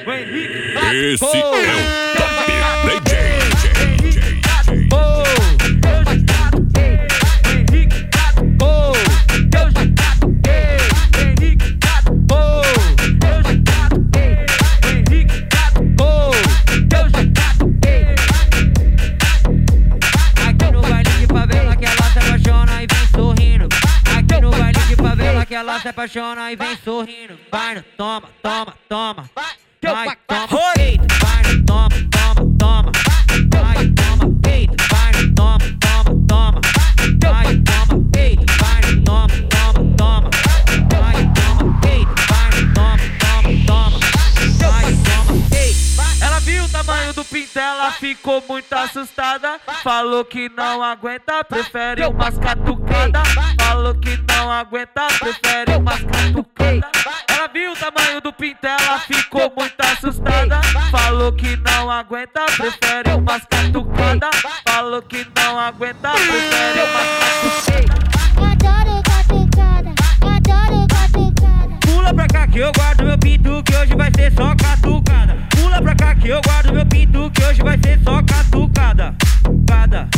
Esse é o Top DJ. Ela se apaixona e vem sorrindo. Vai no toma, toma, toma. Vai, toma, peito. Vai no toma, toma, toma. Vai, toma, peito. Vai no toma, toma, toma. Vai, toma, peito. Vai no toma, toma, toma. Vai, toma, peito. Vai no toma, toma, toma. Vai, toma, peito. Ela viu o tamanho do pinto, ela ficou muito assustada. Falou que não aguenta, prefere umas catucadas. Falou que não aguenta, prefere umas catucadas. Ela viu o tamanho do pinto, ela ficou muito assustada. Falou que não aguenta, prefere umas catucadas. Falou que não aguenta, prefere umas catucadas. Adoro catucada, adoro catucada. Pula pra cá que eu guardo meu pinto, que hoje vai ser só catucada. Pula pra cá que eu guardo meu pinto, que hoje vai ser só catucada. Cada.